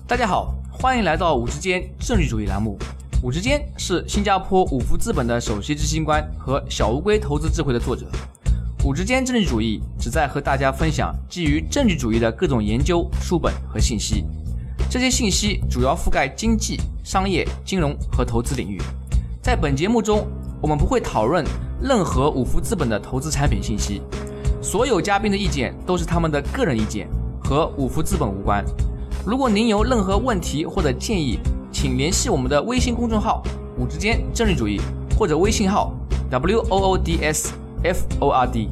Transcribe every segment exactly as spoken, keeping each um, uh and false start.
大家好，欢迎来到五之间政治主义栏目。五之间是新加坡五福资本的首席执行官和小乌龟投资智慧的作者。五之间政治主义旨在和大家分享基于政治主义的各种研究、书本和信息。这些信息主要覆盖经济、商业、金融和投资领域。在本节目中，我们不会讨论任何五福资本的投资产品信息，所有嘉宾的意见都是他们的个人意见，和五福资本无关。如果您有任何问题或者建议，请联系我们的微信公众号五之间政治主义，或者微信号 W O O D S F O R D。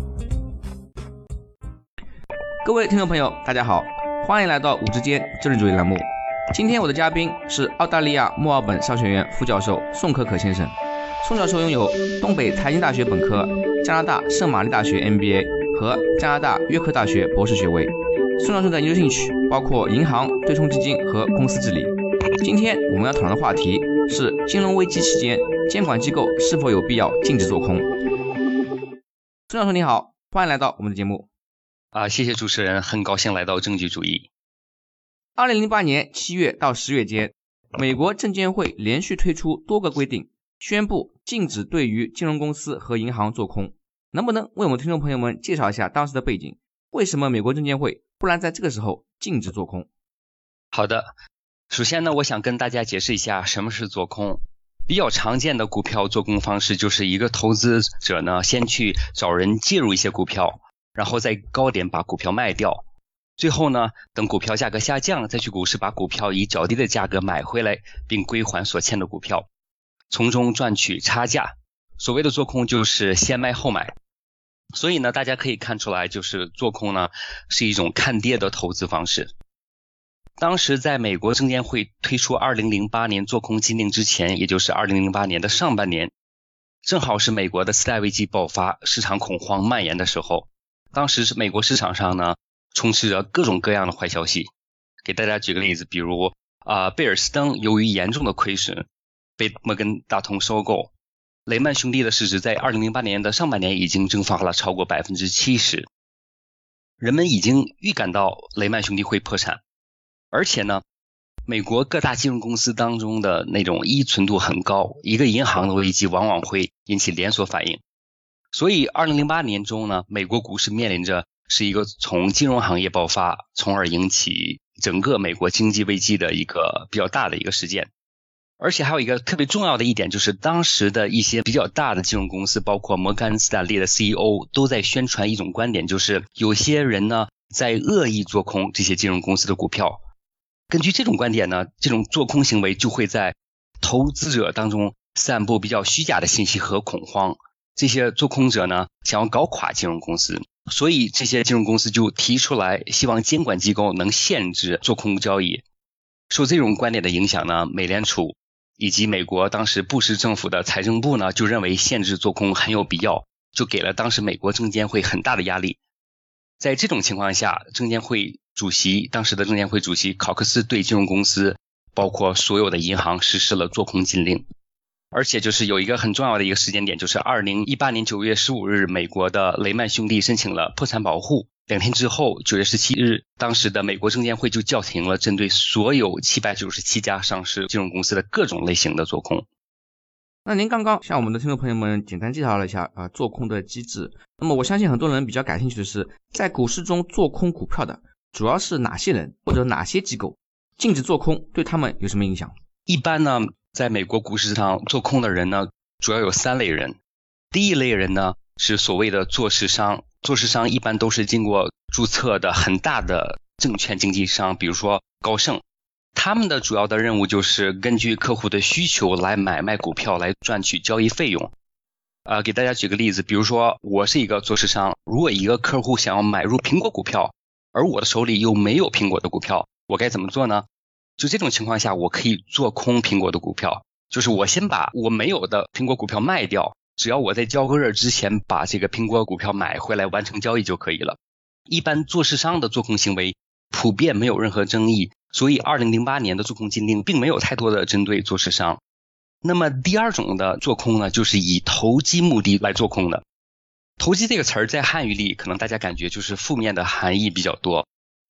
各位听众朋友大家好，欢迎来到五之间政治主义栏目。今天我的嘉宾是澳大利亚墨尔本商学院副教授宋可可先生。宋教授拥有东北财经大学本科、加拿大圣玛丽大学 M B A 和加拿大约克大学博士学位。宋教授的研究兴趣包括银行、对冲基金和公司治理。今天我们要讨论的话题是金融危机期间监管机构是否有必要禁止做空。宋教授你好，欢迎来到我们的节目。 啊，谢谢主持人，很高兴来到证据主义。 二零零八年七月到十月间，美国证监会连续推出多个规定，宣布禁止对于金融公司和银行做空。能不能为我们听众朋友们介绍一下当时的背景？为什么美国证监会突然在这个时候禁止做空？ 好的，首先呢，我想跟大家解释一下什么是做空。比较常见的股票做空方式就是一个投资者呢，先去找人介入一些股票，然后在高点把股票卖掉，最后呢，等股票价格下降，再去股市把股票以较低的价格买回来，并归还所欠的股票，从中赚取差价。所谓的做空就是先卖后买。所以呢，大家可以看出来，就是做空呢是一种看跌的投资方式。当时在美国证监会推出二零零八年做空禁令之前，也就是二零零八年的上半年，正好是美国的次贷危机爆发、市场恐慌蔓延的时候。当时是美国市场上呢充斥着各种各样的坏消息。给大家举个例子，比如啊、呃，贝尔斯登由于严重的亏损被摩根大通收购。雷曼兄弟的市值在二零零八年的上半年已经蒸发了超过 百分之七十， 人们已经预感到雷曼兄弟会破产。而且呢，美国各大金融公司当中的那种依存度很高，一个银行的危机往往会引起连锁反应。所以二零零八年中呢，美国股市面临着是一个从金融行业爆发，从而引起整个美国经济危机的一个比较大的一个事件。而且还有一个特别重要的一点，就是当时的一些比较大的金融公司，包括摩根斯坦利的 C E O 都在宣传一种观点，就是有些人呢在恶意做空这些金融公司的股票。根据这种观点呢，这种做空行为就会在投资者当中散布比较虚假的信息和恐慌。这些做空者呢想要搞垮金融公司，所以这些金融公司就提出来希望监管机构能限制做空交易。受这种观点的影响呢，美联储以及美国当时布什政府的财政部呢就认为限制做空很有必要，就给了当时美国证监会很大的压力。在这种情况下，证监会主席当时的证监会主席考克斯对金融公司包括所有的银行实施了做空禁令。而且就是有一个很重要的一个时间点，就是二零一八年九月十五日，美国的雷曼兄弟申请了破产保护。两天之后，九月十七日，当时的美国证监会就叫停了针对所有七百九十七家上市金融公司的各种类型的做空。 那您刚刚向我们的听众朋友们简单介绍了一下啊、呃、做空的机制。那么我相信很多人比较感兴趣的是，在股市中做空股票的主要是哪些人或者哪些机构？禁止做空对他们有什么影响？ 一般呢，在美国股市上做空的人呢，主要有三类人。第一类人呢是所谓的做市商。做市商一般都是经过注册的很大的证券经纪商，比如说高盛。他们的主要的任务就是根据客户的需求来买卖股票，来赚取交易费用。呃，给大家举个例子，比如说我是一个做市商，如果一个客户想要买入苹果股票，而我的手里又没有苹果的股票，我该怎么做呢？就这种情况下，我可以做空苹果的股票，就是我先把我没有的苹果股票卖掉，只要我在交割日之前把这个苹果股票买回来完成交易就可以了。一般做市商的做空行为普遍没有任何争议，所以二零零八年的做空禁令并没有太多的针对做市商。那么第二种的做空呢，就是以投机目的来做空的。投机这个词儿在汉语里可能大家感觉就是负面的含义比较多，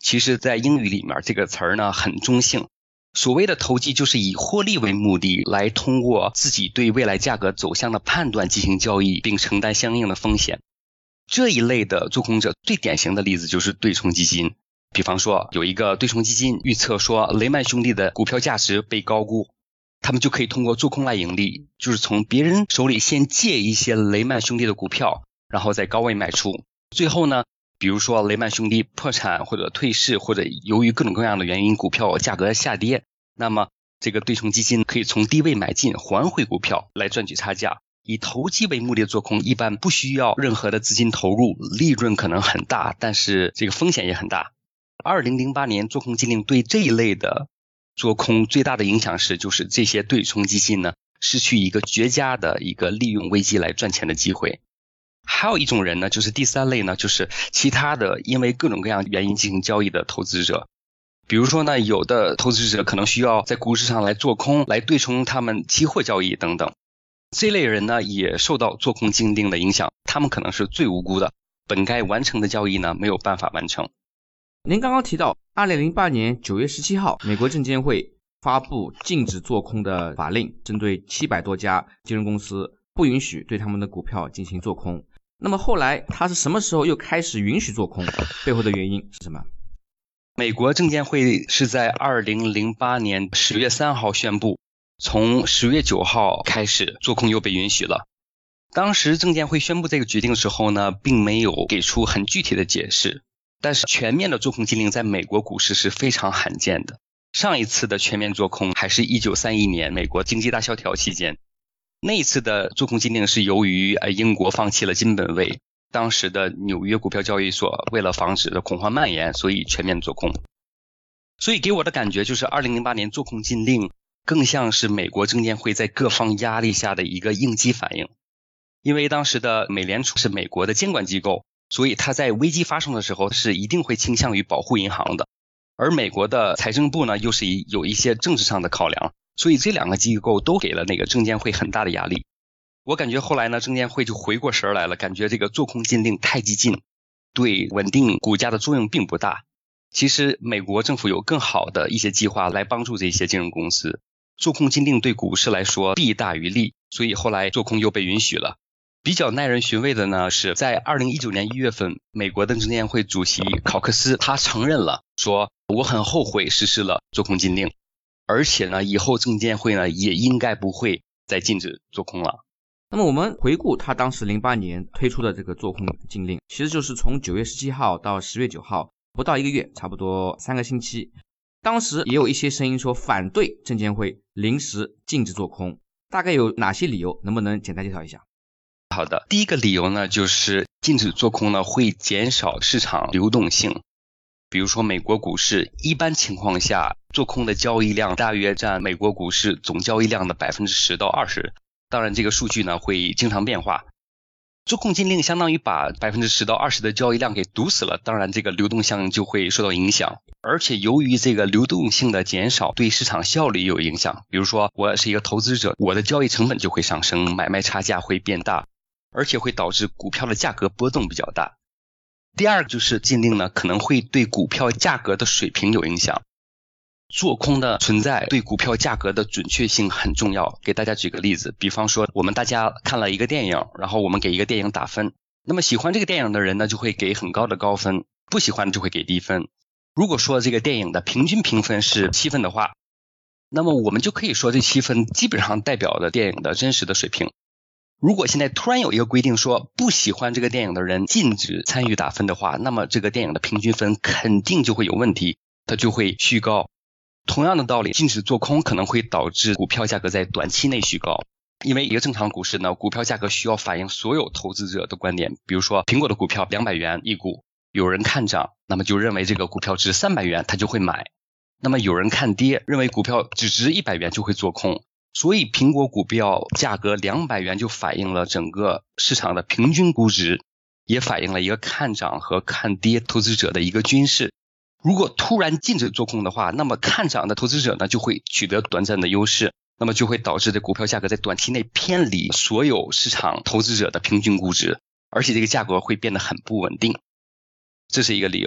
其实在英语里面这个词儿呢很中性。所谓的投机就是以获利为目的，来通过自己对未来价格走向的判断进行交易，并承担相应的风险。这一类的做空者最典型的例子就是对冲基金。比方说有一个对冲基金预测说雷曼兄弟的股票价值被高估，他们就可以通过做空来盈利，就是从别人手里先借一些雷曼兄弟的股票，然后在高位卖出。最后呢，比如说雷曼兄弟破产或者退市，或者由于各种各样的原因股票价格下跌，那么这个对冲基金可以从低位买进还回股票来赚取差价。以投机为目的的做空一般不需要任何的资金投入，利润可能很大，但是这个风险也很大。二零零八年做空禁令对这一类的做空最大的影响是，就是这些对冲基金呢失去一个绝佳的一个利用危机来赚钱的机会。还有一种人呢，就是第三类呢，就是其他的因为各种各样原因进行交易的投资者。比如说呢，有的投资者可能需要在股市上来做空，来对冲他们期货交易等等。这类人呢也受到做空禁令的影响，他们可能是最无辜的，本该完成的交易呢没有办法完成。 您刚刚提到二零零八年九月十七号，美国证监会发布禁止做空的法令，针对七百多家金融公司不允许对他们的股票进行做空。那么后来他是什么时候又开始允许做空？背后的原因是什么？ 美国证监会是在二零零八年十月三号宣布，从十月九号开始做空又被允许了。当时证监会宣布这个决定的时候呢，并没有给出很具体的解释。但是全面的做空禁令在美国股市是非常罕见的。上一次的全面做空还是一九三一年美国经济大萧条期间，那一次的做空禁令是由于英国放弃了金本位，当时的纽约股票交易所为了防止的恐慌蔓延，所以全面做空。所以给我的感觉就是二零零八年做空禁令更像是美国证监会在各方压力下的一个应激反应。因为当时的美联储是美国的监管机构，所以它在危机发生的时候是一定会倾向于保护银行的。而美国的财政部呢又是有一些政治上的考量，所以这两个机构都给了那个证监会很大的压力。我感觉后来呢，证监会就回过神来了，感觉这个做空禁令太激进，对稳定股价的作用并不大。其实美国政府有更好的一些计划来帮助这些金融公司，做空禁令对股市来说弊大于利，所以后来做空又被允许了。比较耐人寻味的呢，是在二零一九年一月份，美国的证监会主席考克斯他承认了，说我很后悔实施了做空禁令，而且呢，以后证监会呢也应该不会再禁止做空了。 那么我们回顾他当时零八年推出的这个做空禁令，其实就是从九月十七号到十月九号，不到一个月，差不多三个星期。当时也有一些声音说反对证监会临时禁止做空，大概有哪些理由？能不能简单介绍一下？ 好的，第一个理由呢，就是禁止做空呢会减少市场流动性。比如说美国股市一般情况下做空的交易量大约占美国股市总交易量的 百分之十到二十， 当然这个数据呢会经常变化。做空禁令相当于把 百分之十到二十 的交易量给堵死了，当然这个流动性就会受到影响。而且由于这个流动性的减少，对市场效率也有影响。比如说我是一个投资者，我的交易成本就会上升，买卖差价会变大，而且会导致股票的价格波动比较大。第二个就是禁令呢可能会对股票价格的水平有影响。做空的存在对股票价格的准确性很重要。给大家举个例子，比方说我们大家看了一个电影，然后我们给一个电影打分，那么喜欢这个电影的人呢就会给很高的高分，不喜欢就会给低分。如果说这个电影的平均评分是七分的话，那么我们就可以说这七分基本上代表了电影的真实的水平。如果现在突然有一个规定说不喜欢这个电影的人禁止参与打分的话，那么这个电影的平均分肯定就会有问题，它就会虚高。同样的道理，禁止做空可能会导致股票价格在短期内虚高。因为一个正常股市呢，股票价格需要反映所有投资者的观点。比如说苹果的股票两百元一股，有人看涨，那么就认为这个股票值三百元，他就会买。那么有人看跌，认为股票只值一百元就会做空。所以苹果股票价格两百元就反映了整个市场的平均估值，也反映了一个看涨和看跌投资者的一个均势。如果突然禁止做空的话，那么看涨的投资者呢就会取得短暂的优势，那么就会导致这股票价格在短期内偏离所有市场投资者的平均估值，而且这个价格会变得很不稳定。这是一个理由。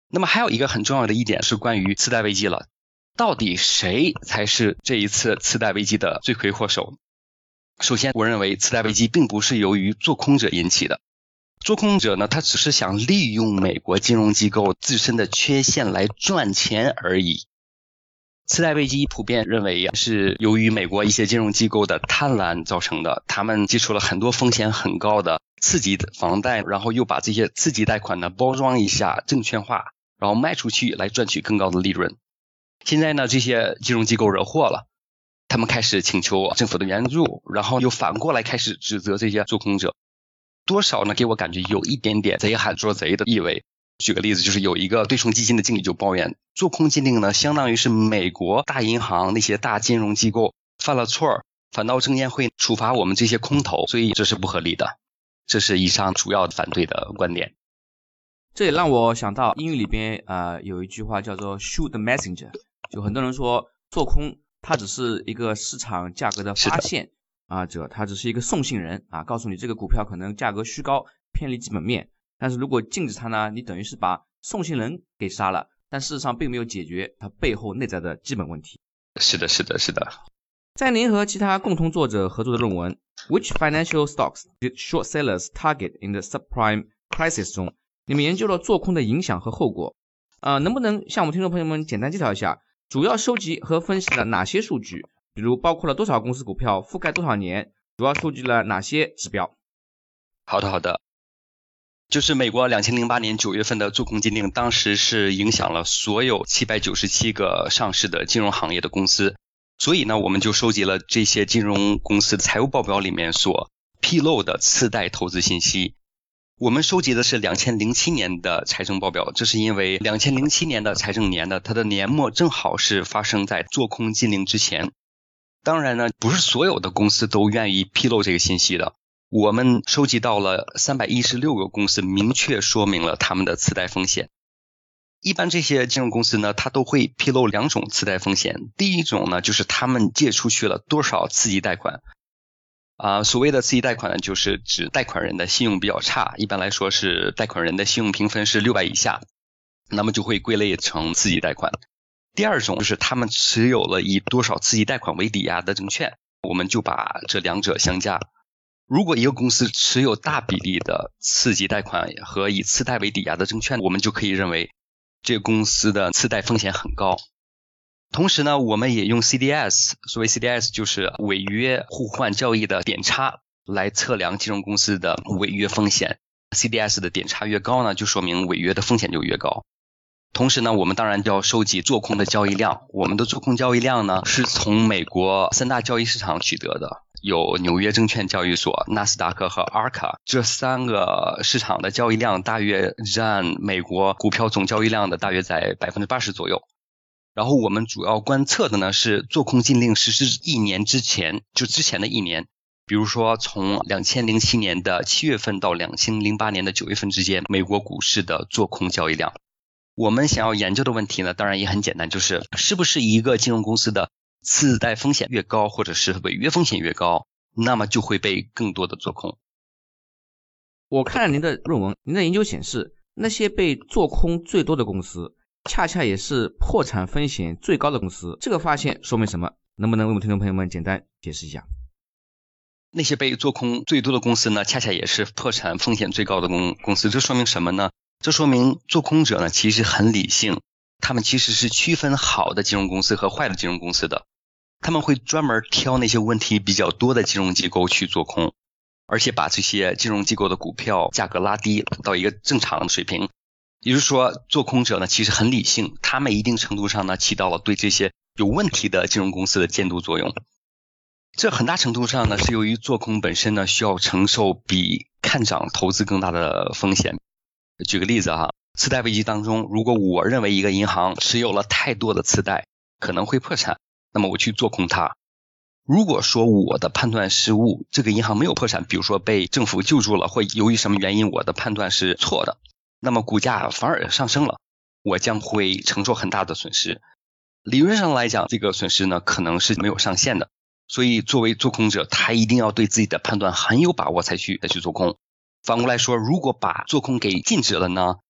那么还有一个很重要的一点是关于次贷危机了，到底谁才是这一次次贷危机的罪魁祸首？首先，我认为次贷危机并不是由于做空者引起的，做空者呢，他只是想利用美国金融机构自身的缺陷来赚钱而已。次贷危机普遍认为是由于美国一些金融机构的贪婪造成的，他们接触了很多风险很高的次级房贷，然后又把这些次级贷款呢包装一下证券化，然后卖出去来赚取更高的利润。现在呢，这些金融机构惹祸了，他们开始请求政府的援助，然后又反过来开始指责这些做空者，多少呢给我感觉有一点点贼喊捉贼的意味。举个例子，就是有一个对冲基金的经理就抱怨，做空禁令呢相当于是美国大银行那些大金融机构犯了错，反倒证监会处罚我们这些空头，所以这是不合理的。这是以上主要反对的观点。 这也让我想到英语里边呃有一句话叫做 shoot the messenger， 就很多人说做空它只是一个市场价格的发现啊者，它只是一个送信人啊，告诉你这个股票可能价格虚高，偏离基本面。但是如果禁止它呢，你等于是把送信人给杀了，但事实上并没有解决它背后内在的基本问题。 是的，是的，是的。 在您和其他共同作者合作的论文 Which financial stocks did short sellers target in the subprime crisis 中，你们研究了做空的影响和后果。呃，能不能向我们听众朋友们简单介绍一下，主要收集和分析了哪些数据，比如包括了多少公司股票，覆盖多少年，主要收集了哪些指标？ 好的，好的。就是美国两千零八年九月份的做空禁令，当时是影响了所有七百九十七个上市的金融行业的公司，所以呢，我们就收集了这些金融公司财务报表里面所披露的次贷投资信息。我们收集的是两千零七年的财政报表，这是因为两千零七年的财政年呢，它的年末正好是发生在做空禁令之前。当然呢，不是所有的公司都愿意披露这个信息的。我们收集到了三百一十六个公司明确说明了他们的次贷风险。一般这些金融公司呢，它都会披露两种次贷风险。第一种呢，就是他们借出去了多少次级贷款。啊、呃，所谓的次级贷款呢，就是指贷款人的信用比较差，一般来说是贷款人的信用评分是六百以下，那么就会归类成次级贷款。第二种就是他们持有了以多少次级贷款为抵押的证券，我们就把这两者相加。如果一个公司持有大比例的次级贷款和以次贷为抵押的证券，我们就可以认为这个公司的次贷风险很高。同时呢，我们也用 C D S， 所谓 C D S 就是违约互换交易的点差来测量金融公司的违约风险。C D S 的点差越高呢，就说明违约的风险就越高。同时呢，我们当然要收集做空的交易量。我们的做空交易量呢，是从美国三大交易市场取得的，有纽约证券交易所、纳斯达克和 A R C A， 这三个市场的交易量大约占美国股票总交易量的大约在 百分之八十 左右。然后我们主要观测的呢是做空禁令实施一年之前，就之前的一年，比如说从两千零七年的七月份到两千零八年的九月份之间，美国股市的做空交易量。我们想要研究的问题呢，当然也很简单，就是是不是一个金融公司的次贷风险越高，或者是违约风险越高，那么就会被更多的做空。 我看了您的论文，您的研究显示，那些被做空最多的公司，恰恰也是破产风险最高的公司。这个发现说明什么？能不能为我们听众朋友们简单解释一下？ 那些被做空最多的公司呢，恰恰也是破产风险最高的公公司。这说明什么呢？这说明做空者呢其实很理性，他们其实是区分好的金融公司和坏的金融公司的。他们会专门挑那些问题比较多的金融机构去做空，而且把这些金融机构的股票价格拉低到一个正常的水平。也就是说，做空者呢其实很理性，他们一定程度上呢起到了对这些有问题的金融公司的监督作用。这很大程度上呢是由于做空本身呢需要承受比看涨投资更大的风险。举个例子哈，次贷危机当中，如果我认为一个银行持有了太多的次贷，可能会破产，那么我去做空它。如果说我的判断失误，这个银行没有破产，比如说被政府救助了，或由于什么原因我的判断是错的，那么股价反而上升了，我将会承受很大的损失。理论上来讲，这个损失呢可能是没有上限的，所以作为做空者，他一定要对自己的判断很有把握才去再去做空。反过来说，如果把做空给禁止了呢，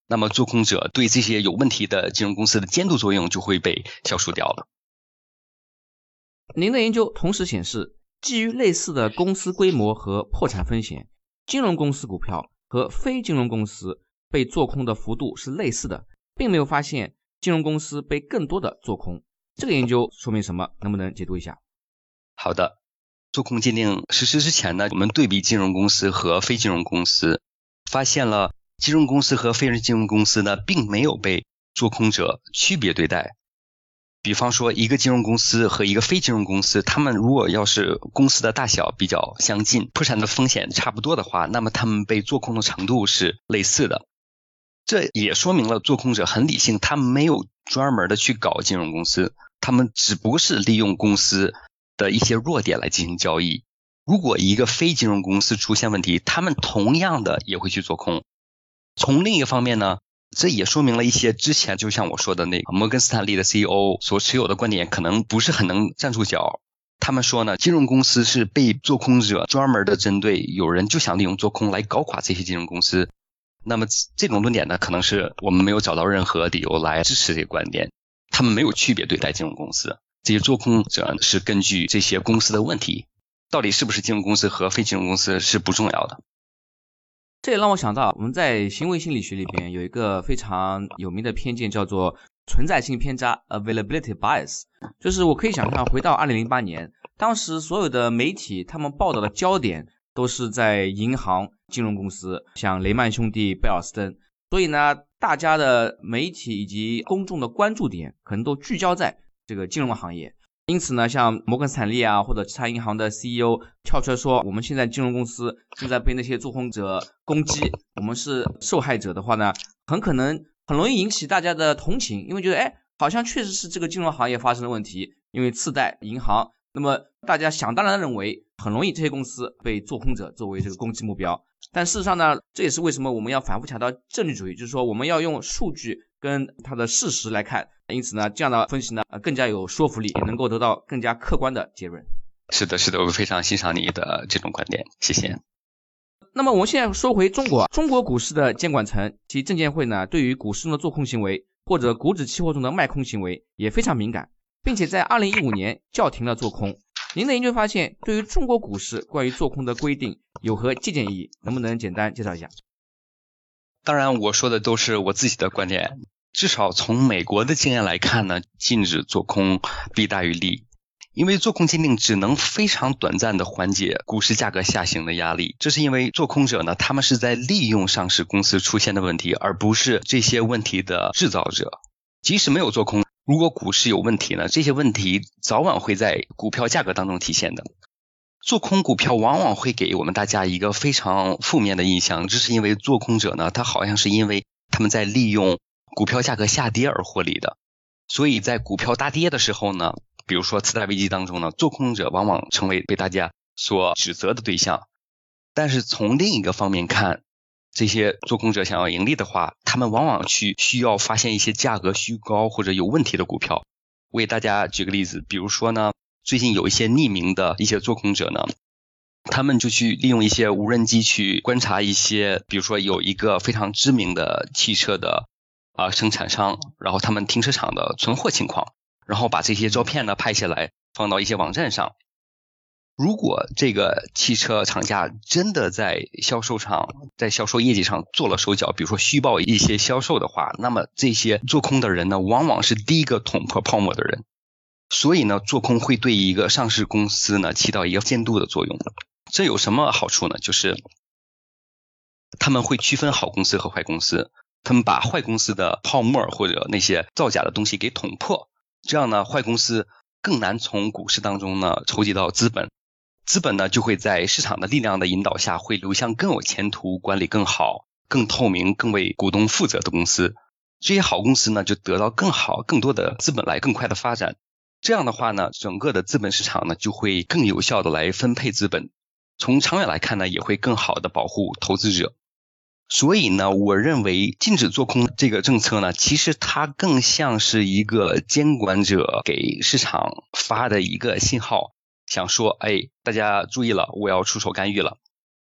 那么做空者对这些有问题的金融公司的监督作用就会被消除掉了。 您的研究同时显示，基于类似的公司规模和破产风险，金融公司股票和非金融公司被做空的幅度是类似的，并没有发现金融公司被更多的做空。这个研究说明什么？能不能解读一下？ 好的，做空鉴定实施之前呢，我们对比金融公司和非金融公司，发现了金融公司和非金融公司呢，并没有被做空者区别对待。比方说一个金融公司和一个非金融公司，他们如果要是公司的大小比较相近，破产的风险差不多的话，那么他们被做空的程度是类似的。这也说明了做空者很理性，他们没有专门的去搞金融公司，他们只不过是利用公司的一些弱点来进行交易。如果一个非金融公司出现问题，他们同样的也会去做空。从另一个方面呢，这也说明了一些之前就像我说的那个摩根斯坦利的 C E O 所持有的观点可能不是很能站住脚。他们说呢，金融公司是被做空者专门的针对，有人就想利用做空来搞垮这些金融公司。那么这种论点呢，可能是我们没有找到任何理由来支持这个观点。他们没有区别对待金融公司，这些做空者是根据这些公司的问题，到底是不是金融公司和非金融公司是不重要的。 这也让我想到，我们在行为心理学里边有一个非常有名的偏见，叫做存在性偏差 availability bias。 就是我可以想象回到二零零八年，当时所有的媒体他们报道的焦点都是在银行金融公司，像雷曼兄弟、贝尔斯登，所以呢大家的媒体以及公众的关注点可能都聚焦在这个金融行业。因此呢，像摩根斯坦利啊或者其他银行的 C E O 跳出来说，我们现在金融公司正在被那些做空者攻击，我们是受害者的话呢，很可能很容易引起大家的同情，因为觉得哎，好像确实是这个金融行业发生了问题，因为次贷银行，那么大家想当然认为很容易这些公司被做空者作为这个攻击目标。但事实上呢，这也是为什么我们要反复强调证据主义，就是说我们要用数据跟它的事实来看，因此呢，这样的分析呢更加有说服力，也能够得到更加客观的结论。 是的，是的，我非常欣赏你的这种观点，谢谢。 那么我们现在说回中国，中国股市的监管层及证监会呢，对于股市中的做空行为或者股指期货中的卖空行为也非常敏感，并且在二零一五年叫停了做空。您的研究发现，对于中国股市关于做空的规定有何借鉴意义？能不能简单介绍一下？ 当然我说的都是我自己的观点，至少从美国的经验来看呢，禁止做空弊大于利。因为做空鉴定只能非常短暂的缓解股市价格下行的压力，这是因为做空者呢，他们是在利用上市公司出现的问题，而不是这些问题的制造者。即使没有做空，如果股市有问题呢，这些问题早晚会在股票价格当中体现的。做空股票往往会给我们大家一个非常负面的印象，这是因为做空者呢，他好像是因为他们在利用股票价格下跌而获利的。所以在股票大跌的时候呢，比如说次贷危机当中呢，做空者往往成为被大家所指责的对象。但是从另一个方面看，这些做空者想要盈利的话，他们往往去需要发现一些价格虚高或者有问题的股票。我给大家举个例子，比如说呢，最近有一些匿名的一些做空者呢，他们就去利用一些无人机去观察一些，比如说有一个非常知名的汽车的啊、呃、生产商，然后他们停车场的存货情况，然后把这些照片呢拍下来放到一些网站上。如果这个汽车厂家真的在销售上在销售业绩上做了手脚，比如说虚报一些销售的话，那么这些做空的人呢，往往是第一个捅破泡沫的人。所以呢，做空会对一个上市公司呢起到一个监督的作用。这有什么好处呢？就是他们会区分好公司和坏公司，他们把坏公司的泡沫或者那些造假的东西给捅破，这样呢，坏公司更难从股市当中呢筹集到资本，资本呢就会在市场的力量的引导下，会流向更有前途、管理更好、更透明、更为股东负责的公司。这些好公司呢就得到更好、更多的资本来更快的发展。这样的话呢，整个的资本市场呢就会更有效的来分配资本，从长远来看呢，也会更好的保护投资者。所以呢，我认为禁止做空这个政策呢，其实它更像是一个监管者给市场发的一个信号，想说，哎，大家注意了，我要出手干预了。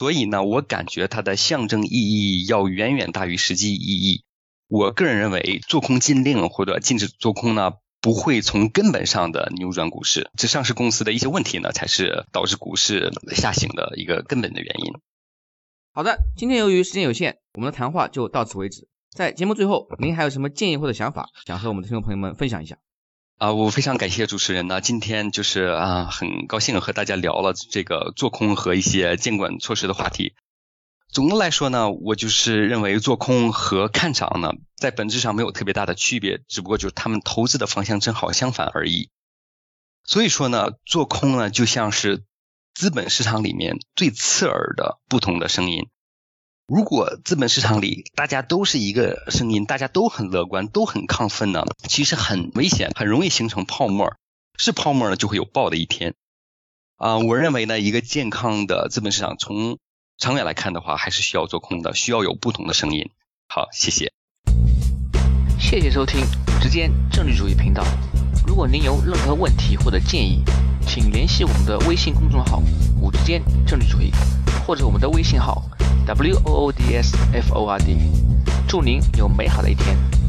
所以呢，我感觉它的象征意义要远远大于实际意义。我个人认为，做空禁令或者禁止做空呢，不会从根本上的扭转股市，这上市公司的一些问题呢，才是导致股市下行的一个根本的原因。 好的，今天由于时间有限，我们的谈话就到此为止。在节目最后，您还有什么建议或者想法，想和我们的听众朋友们分享一下？ 啊、呃，我非常感谢主持人呢，今天就是啊，很高兴和大家聊了这个做空和一些监管措施的话题。总的来说呢，我就是认为做空和看涨呢，在本质上没有特别大的区别，只不过就是他们投资的方向正好相反而已。所以说呢，做空呢就像是资本市场里面最刺耳的不同的声音。如果资本市场里大家都是一个声音，大家都很乐观，都很亢奋呢，其实很危险，很容易形成泡沫。是泡沫呢，就会有爆的一天。啊、呃，我认为呢，一个健康的资本市场从长远来看的话，还是需要做空的，需要有不同的声音。好，谢谢。 谢谢收听五之间政治主义频道。如果您有任何问题或者建议，请联系我们的微信公众号五之间政治主义，或者我们的微信号 W O O D S F O R D。祝您有美好的一天。